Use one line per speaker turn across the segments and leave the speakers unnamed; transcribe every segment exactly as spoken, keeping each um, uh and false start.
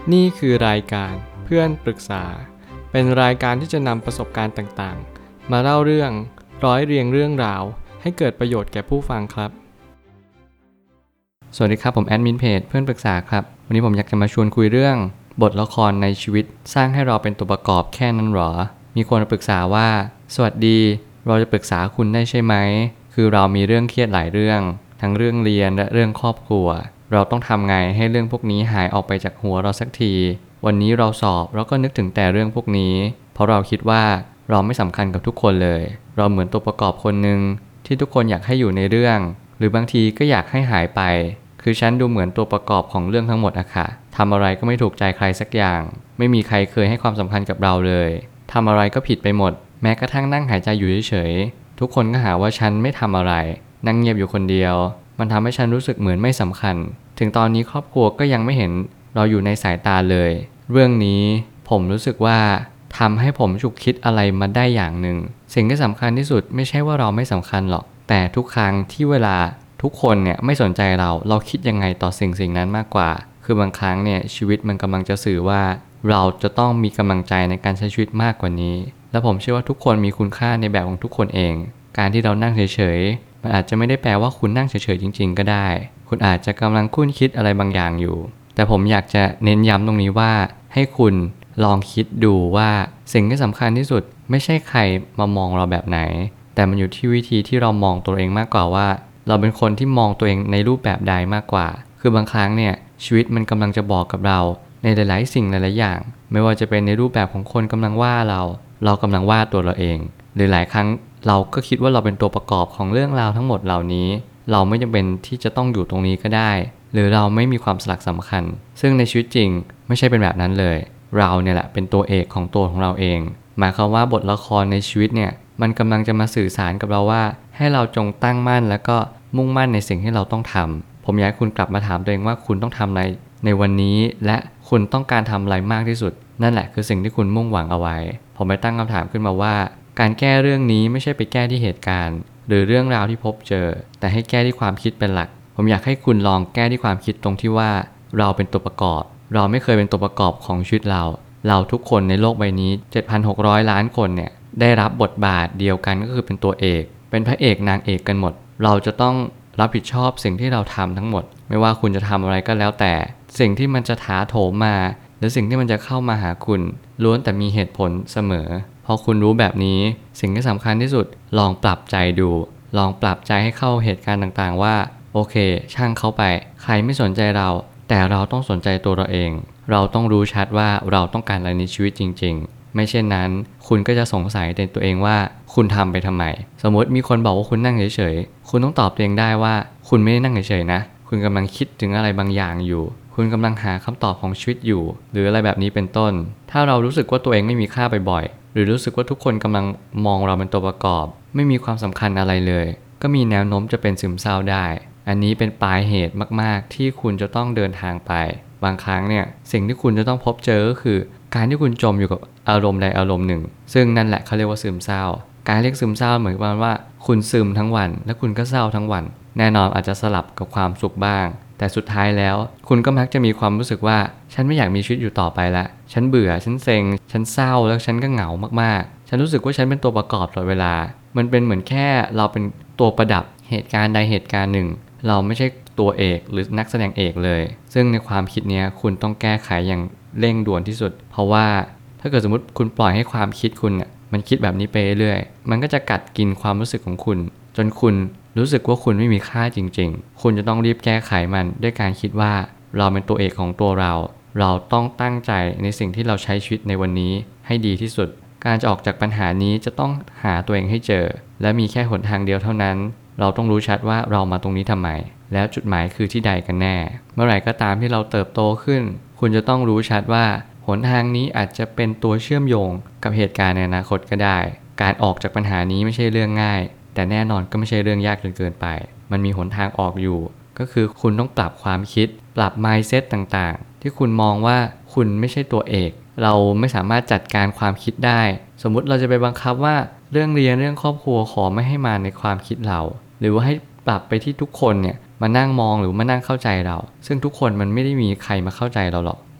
นี่คือรายการเพื่อนปรึกษาเป็นรายการที่จะนำประสบการณ์ต่างๆมาเล่าเรื่องร้อยเรียงเรื่องราวให้เกิดประโยชน์แก่ผู้ฟังครับสวัสดีครับผมแอดมินเพจเพื่อนปรึกษาครับวันนี้ผมอยากจะมาชวนคุยเรื่องบทละครในชีวิตสร้างให้เราเป็นตัวประกอบแค่นั้นหรอมีคนมาปรึกษาว่าสวัสดีเราจะปรึกษาคุณได้ใช่ไหมคือเรามีเรื่องเครียดหลายเรื่องทั้งเรื่องเรียนและเรื่องครอบครัวเราต้องทำไงให้เรื่องพวกนี้หายออกไปจากหัวเราสักทีวันนี้เราสอบเราก็นึกถึงแต่เรื่องพวกนี้เพราะเราคิดว่าเราไม่สำคัญกับทุกคนเลยเราเหมือนตัวประกอบคนหนึ่งที่ทุกคนอยากให้อยู่ในเรื่องหรือบางทีก็อยากให้หายไปคือฉันดูเหมือนตัวประกอบของเรื่องทั้งหมดอะค่ะทำอะไรก็ไม่ถูกใจใครสักอย่างไม่มีใครเคยให้ความสำคัญกับเราเลยทำอะไรก็ผิดไปหมดแม้กระทั่งนั่งหายใจอยู่เฉยๆทุกคนก็หาว่าฉันไม่ทำอะไรนั่งเงียบอยู่คนเดียวมันทำให้ฉันรู้สึกเหมือนไม่สำคัญถึงตอนนี้ครอบครัวก็ยังไม่เห็นเราอยู่ในสายตาเลยเรื่องนี้ผมรู้สึกว่าทำให้ผมฉุกคิดอะไรมาได้อย่างหนึ่งสิ่งที่สำคัญที่สุดไม่ใช่ว่าเราไม่สำคัญหรอกแต่ทุกครั้งที่เวลาทุกคนเนี่ยไม่สนใจเราเราคิดยังไงต่อสิ่งสิ่งนั้นมากกว่าคือบางครั้งเนี่ยชีวิตมันกำลังจะสื่อว่าเราจะต้องมีกำลังใจในการใช้ชีวิตมากกว่านี้และผมเชื่อว่าทุกคนมีคุณค่าในแบบของทุกคนเองการที่เรานั่งเฉยๆมันอาจจะไม่ได้แปลว่าคุณนั่งเฉยๆจริงๆก็ได้คุณอาจจะกำลังคุ้นคิดอะไรบางอย่างอยู่แต่ผมอยากจะเน้นย้ำตรงนี้ว่าให้คุณลองคิดดูว่าสิ่งที่สำคัญที่สุดไม่ใช่ใครมามองเราแบบไหนแต่มันอยู่ที่วิธีที่เรามองตัวเองมากกว่าว่าเราเป็นคนที่มองตัวเองในรูปแบบใดมากกว่าคือบางครั้งเนี่ยชีวิตมันกำลังจะบอกกับเราในหลายๆสิ่งหลายๆอย่างไม่ว่าจะเป็นในรูปแบบของคนกำลังว่าเราเรากำลังว่าตัวเราเองหรือหลายครั้งเราก็คิดว่าเราเป็นตัวประกอบของเรื่องราวทั้งหมดเหล่านี้เราไม่จำเป็นที่จะต้องอยู่ตรงนี้ก็ได้หรือเราไม่มีความสลักสำคัญซึ่งในชีวิตจริงไม่ใช่เป็นแบบนั้นเลยเราเนี่ยแหละเป็นตัวเอกของตัวของเราเองหมายความว่าบทละครในชีวิตเนี่ยมันกำลังจะมาสื่อสารกับเราว่าให้เราจงตั้งมั่นแล้วก็มุ่งมั่นในสิ่งที่เราต้องทำผมอยากให้คุณกลับมาถามตัวเองว่าคุณต้องทำอะไรในวันนี้และคุณต้องการทำอะไรมากที่สุดนั่นแหละคือสิ่งที่คุณมุ่งหวังเอาไว้ผมไปตั้งคำถามขึ้นมาว่าการแก้เรื่องนี้ไม่ใช่ไปแก้ที่เหตุการณ์หรือเรื่องราวที่พบเจอแต่ให้แก้ที่ความคิดเป็นหลักผมอยากให้คุณลองแก้ที่ความคิดตรงที่ว่าเราเป็นตัวประกอบเราไม่เคยเป็นตัวประกอบของชีวิตเราเราทุกคนในโลกใบนี้ เจ็ดพันหกร้อย ล้านคนเนี่ยได้รับบทบาทเดียวกันก็คือเป็นตัวเอกเป็นพระเอกนางเอกกันหมดเราจะต้องรับผิดชอบสิ่งที่เราทำทั้งหมดไม่ว่าคุณจะทำอะไรก็แล้วแต่สิ่งที่มันจะถาโถมมาหรือสิ่งที่มันจะเข้ามาหาคุณล้วนแต่มีเหตุผลเสมอพอคุณรู้แบบนี้สิ่งที่สำคัญที่สุดลองปรับใจดูลองปรับใจให้เข้าเหตุการณ์ต่างๆว่าโอเคช่างเขาไปใครไม่สนใจเราแต่เราต้องสนใจตัวเราเองเราต้องรู้ชัดว่าเราต้องการอะไรในชีวิตจริงๆไม่เช่นนั้นคุณก็จะสงสัยในตัวเองว่าคุณทำไปทำไมสมมติมีคนบอกว่าคุณนั่งเฉยๆคุณต้องตอบตัวเองได้ว่าคุณไม่ได้นั่งเฉยๆนะคุณกำลังคิดถึงอะไรบางอย่างอยู่คุณกำลังหาคำตอบของชีวิตอยู่หรืออะไรแบบนี้เป็นต้นถ้าเรารู้สึกว่าตัวเองไม่มีค่าบ่อยๆหรือรู้สึกว่าทุกคนกำลังมองเราเป็นตัวประกอบไม่มีความสำคัญอะไรเลยก็มีแนวโน้มจะเป็นซึมเศร้าได้อันนี้เป็นปลายเหตุมากๆที่คุณจะต้องเดินทางไปบางครั้งเนี่ยสิ่งที่คุณจะต้องพบเจอก็คือการที่คุณจมอยู่กับอารมณ์ใดอารมณ์หนึ่งซึ่งนั่นแหละเขาเรียกว่าซึมเศร้าการเรียกซึมเศร้าเหมือนกันว่าคุณซึมทั้งวันและคุณก็เศร้าทั้งวันแน่นอนอาจจะสลับกับความสุขบ้างแต่สุดท้ายแล้วคุณก็มักจะมีความรู้สึกว่าฉันไม่อยากมีชีวิตอยู่ต่อไปละฉันเบื่อฉันเซ็งฉันเศร้าแล้วฉันก็เหงามากๆฉันรู้สึกว่าฉันเป็นตัวประกอบตลอดเวลามันเป็นเหมือนแค่เราเป็นตัวประดับเหตุการณ์ใดเหตุการณ์หนึ่งเราไม่ใช่ตัวเอกหรือนักแสดงเอกเลยซึ่งในความคิดนี้คุณต้องแก้ไขอย่างเร่งด่วนที่สุดเพราะว่าถ้าเกิดสมมติคุณปล่อยให้ความคิดคุณเนี่ยมันคิดแบบนี้ไปเรื่อยมันก็จะกัดกินความรู้สึกของคุณจนคุณรู้สึกว่าคุณไม่มีค่าจริงๆคุณจะต้องรีบแก้ไขมันด้วยการคิดว่าเราเป็นตัวเอกของตัวเราเราต้องตั้งใจในสิ่งที่เราใช้ชีวิตในวันนี้ให้ดีที่สุดการจะออกจากปัญหานี้จะต้องหาตัวเองให้เจอและมีแค่หนทางเดียวเท่านั้นเราต้องรู้ชัดว่าเรามาตรงนี้ทำไมแล้วจุดหมายคือที่ใดกันแน่เมื่อไหร่ก็ตามที่เราเติบโตขึ้นคุณจะต้องรู้ชัดว่าหนทางนี้อาจจะเป็นตัวเชื่อมโยงกับเหตุการณ์ในอนาคตก็ได้การออกจากปัญหานี้ไม่ใช่เรื่องง่ายแต่แน่นอนก็ไม่ใช่เรื่องยากจนเกินไปมันมีหนทางออกอยู่ก็คือคุณต้องปรับความคิดปรับ mindset ต่างๆที่คุณมองว่าคุณไม่ใช่ตัวเอกเราไม่สามารถจัดการความคิดได้สมมุติเราจะไปบังคับว่าเรื่องเรียนเรื่องครอบครัวขอไม่ให้มาในความคิดเราหรือว่าให้ปรับไปที่ทุกคนเนี่ยมานั่งมองหรือมานั่งเข้าใจเราซึ่งทุกคนมันไม่ได้มีใครมาเข้าใจเราหรอก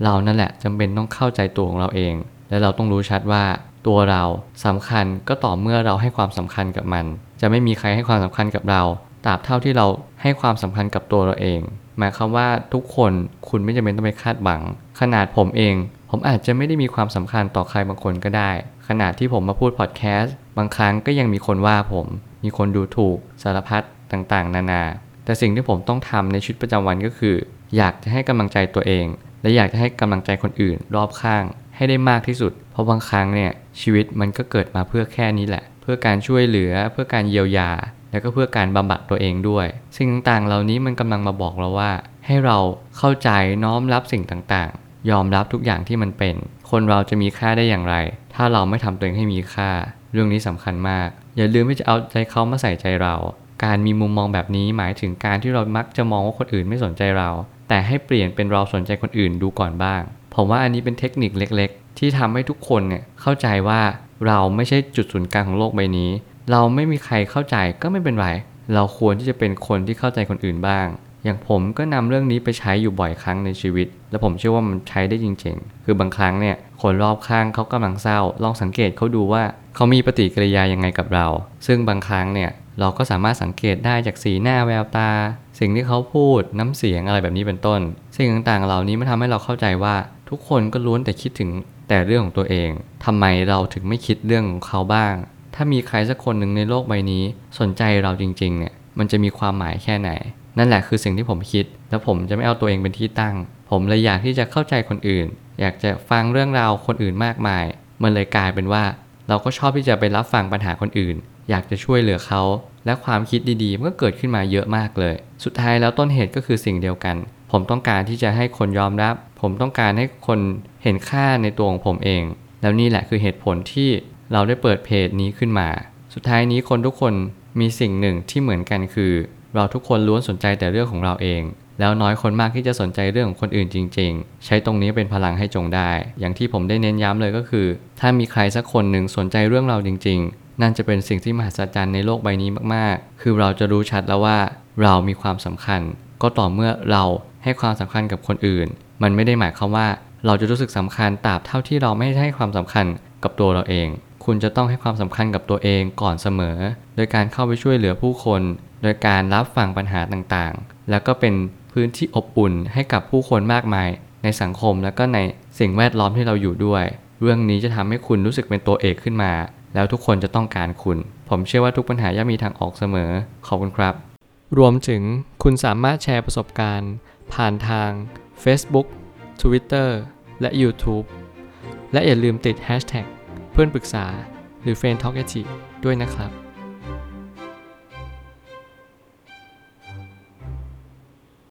เรานั่นแหละจำเป็นต้องเข้าใจตัวของเราเองและเราต้องรู้ชัดว่าตัวเราสำคัญก็ต่อเมื่อเราให้ความสำคัญกับมันจะไม่มีใครให้ความสำคัญกับเราตราบเท่าที่เราให้ความสำคัญกับตัวเราเองหมายความว่าทุกคนคุณไม่จำเป็นต้องไปคาดหวังขนาดผมเองผมอาจจะไม่ได้มีความสำคัญต่อใครบางคนก็ได้ขนาดที่ผมมาพูดพอดแคสต์บางครั้งก็ยังมีคนว่าผมมีคนดูถูกสารพัดต่างๆนานาแต่สิ่งที่ผมต้องทำในชีวิตประจำวันก็คืออยากจะให้กำลังใจตัวเองและอยากจะให้กำลังใจคนอื่นรอบข้างให้ได้มากที่สุดเพราะบางครั้งเนี่ยชีวิตมันก็เกิดมาเพื่อแค่นี้แหละเพื่อการช่วยเหลือเพื่อการเยียวยาแล้วก็เพื่อการบำบัดตัวเองด้วยสิ่งต่างๆเหล่านี้มันกำลังมาบอกเราว่าให้เราเข้าใจน้อมรับสิ่งต่างๆยอมรับทุกอย่างที่มันเป็นคนเราจะมีค่าได้อย่างไรถ้าเราไม่ทำตัวเองให้มีค่าเรื่องนี้สำคัญมากอย่าลืมที่จะเอาใจเขามาใส่ใจเราการมีมุมมองแบบนี้หมายถึงการที่เรามักจะมองว่าคนอื่นไม่สนใจเราแต่ให้เปลี่ยนเป็นเราสนใจคนอื่นดูก่อนบ้างผมว่าอันนี้เป็นเทคนิคเล็กๆที่ทำให้ทุกคนเนี่ยเข้าใจว่าเราไม่ใช่จุดศูนย์กลางของโลกใบนี้เราไม่มีใครเข้าใจก็ไม่เป็นไรเราควรที่จะเป็นคนที่เข้าใจคนอื่นบ้างอย่างผมก็นำเรื่องนี้ไปใช้อยู่บ่อยครั้งในชีวิตและผมเชื่อว่ามันใช้ได้จริงๆคือบางครั้งเนี่ยคนรอบข้างเขากำลังเศร้าลองสังเกตเขาดูว่าเขามีปฏิกิริยายังไงกับเราซึ่งบางครั้งเนี่ยเราก็สามารถสังเกตได้จากสีหน้าแววตาสิ่งที่เขาพูดน้ำเสียงอะไรแบบนี้เป็นต้นสิ่งต่างๆเหล่านี้มันทำให้เราเข้าใจว่าทุกคนก็ล้วนแต่คิดถึงแต่เรื่องของตัวเองทำไมเราถึงไม่คิดเรื่องของเขาบ้างถ้ามีใครสักคนหนึ่งในโลกใบนี้สนใจเราจริงๆเนี่ยมันจะมีความหมายแค่ไหนนั่นแหละคือสิ่งที่ผมคิดแล้วผมจะไม่เอาตัวเองเป็นที่ตั้งผมเลยอยากที่จะเข้าใจคนอื่นอยากจะฟังเรื่องราวคนอื่นมากมายมันเลยกลายเป็นว่าเราก็ชอบที่จะไปรับฟังปัญหาคนอื่นอยากจะช่วยเหลือเขาและความคิดดีๆมันก็เกิดขึ้นมาเยอะมากเลยสุดท้ายแล้วต้นเหตุก็คือสิ่งเดียวกันผมต้องการที่จะให้คนยอมรับผมต้องการให้คนเห็นค่าในตัวของผมเองแล้วนี่แหละคือเหตุผลที่เราได้เปิดเพจนี้ขึ้นมาสุดท้ายนี้คนทุกคนมีสิ่งหนึ่งที่เหมือนกันคือเราทุกคนล้วนสนใจแต่เรื่องของเราเองแล้วน้อยคนมากที่จะสนใจเรื่องของคนอื่นจริงๆใช้ตรงนี้เป็นพลังให้จงได้อย่างที่ผมได้เน้นย้ำเลยก็คือถ้ามีใครสักคนหนึ่งสนใจเรื่องเราจริงๆนั่นจะเป็นสิ่งที่มหัศจรรย์ในโลกใบนี้มากๆคือเราจะรู้ชัดแล้วว่าเรามีความสำคัญก็ต่อเมื่อเราให้ความสำคัญกับคนอื่นมันไม่ได้หมายความว่าเราจะรู้สึกสำคัญตราบเท่าที่เราไม่ให้ความสำคัญกับตัวเราเองคุณจะต้องให้ความสำคัญกับตัวเองก่อนเสมอโดยการเข้าไปช่วยเหลือผู้คนโดยการรับฟังปัญหาต่างๆแล้วก็เป็นพื้นที่อบอุ่นให้กับผู้คนมากมายในสังคมแล้วก็ในสิ่งแวดล้อมที่เราอยู่ด้วยเรื่องนี้จะทำให้คุณรู้สึกเป็นตัวเอกขึ้นมาแล้วทุกคนจะต้องการคุณผมเชื่อว่าทุกปัญหาย่อมมีทางออกเสมอขอบคุณครับ
รวมถึงคุณสามารถแชร์ประสบการณ์ผ่านทาง Facebook Twitter และ YouTube และอย่าลืมติด แฮชแท็ก เพื่อนปรึกษาหรือ เฟรนด์ ทอล์ก ด้วยนะครับ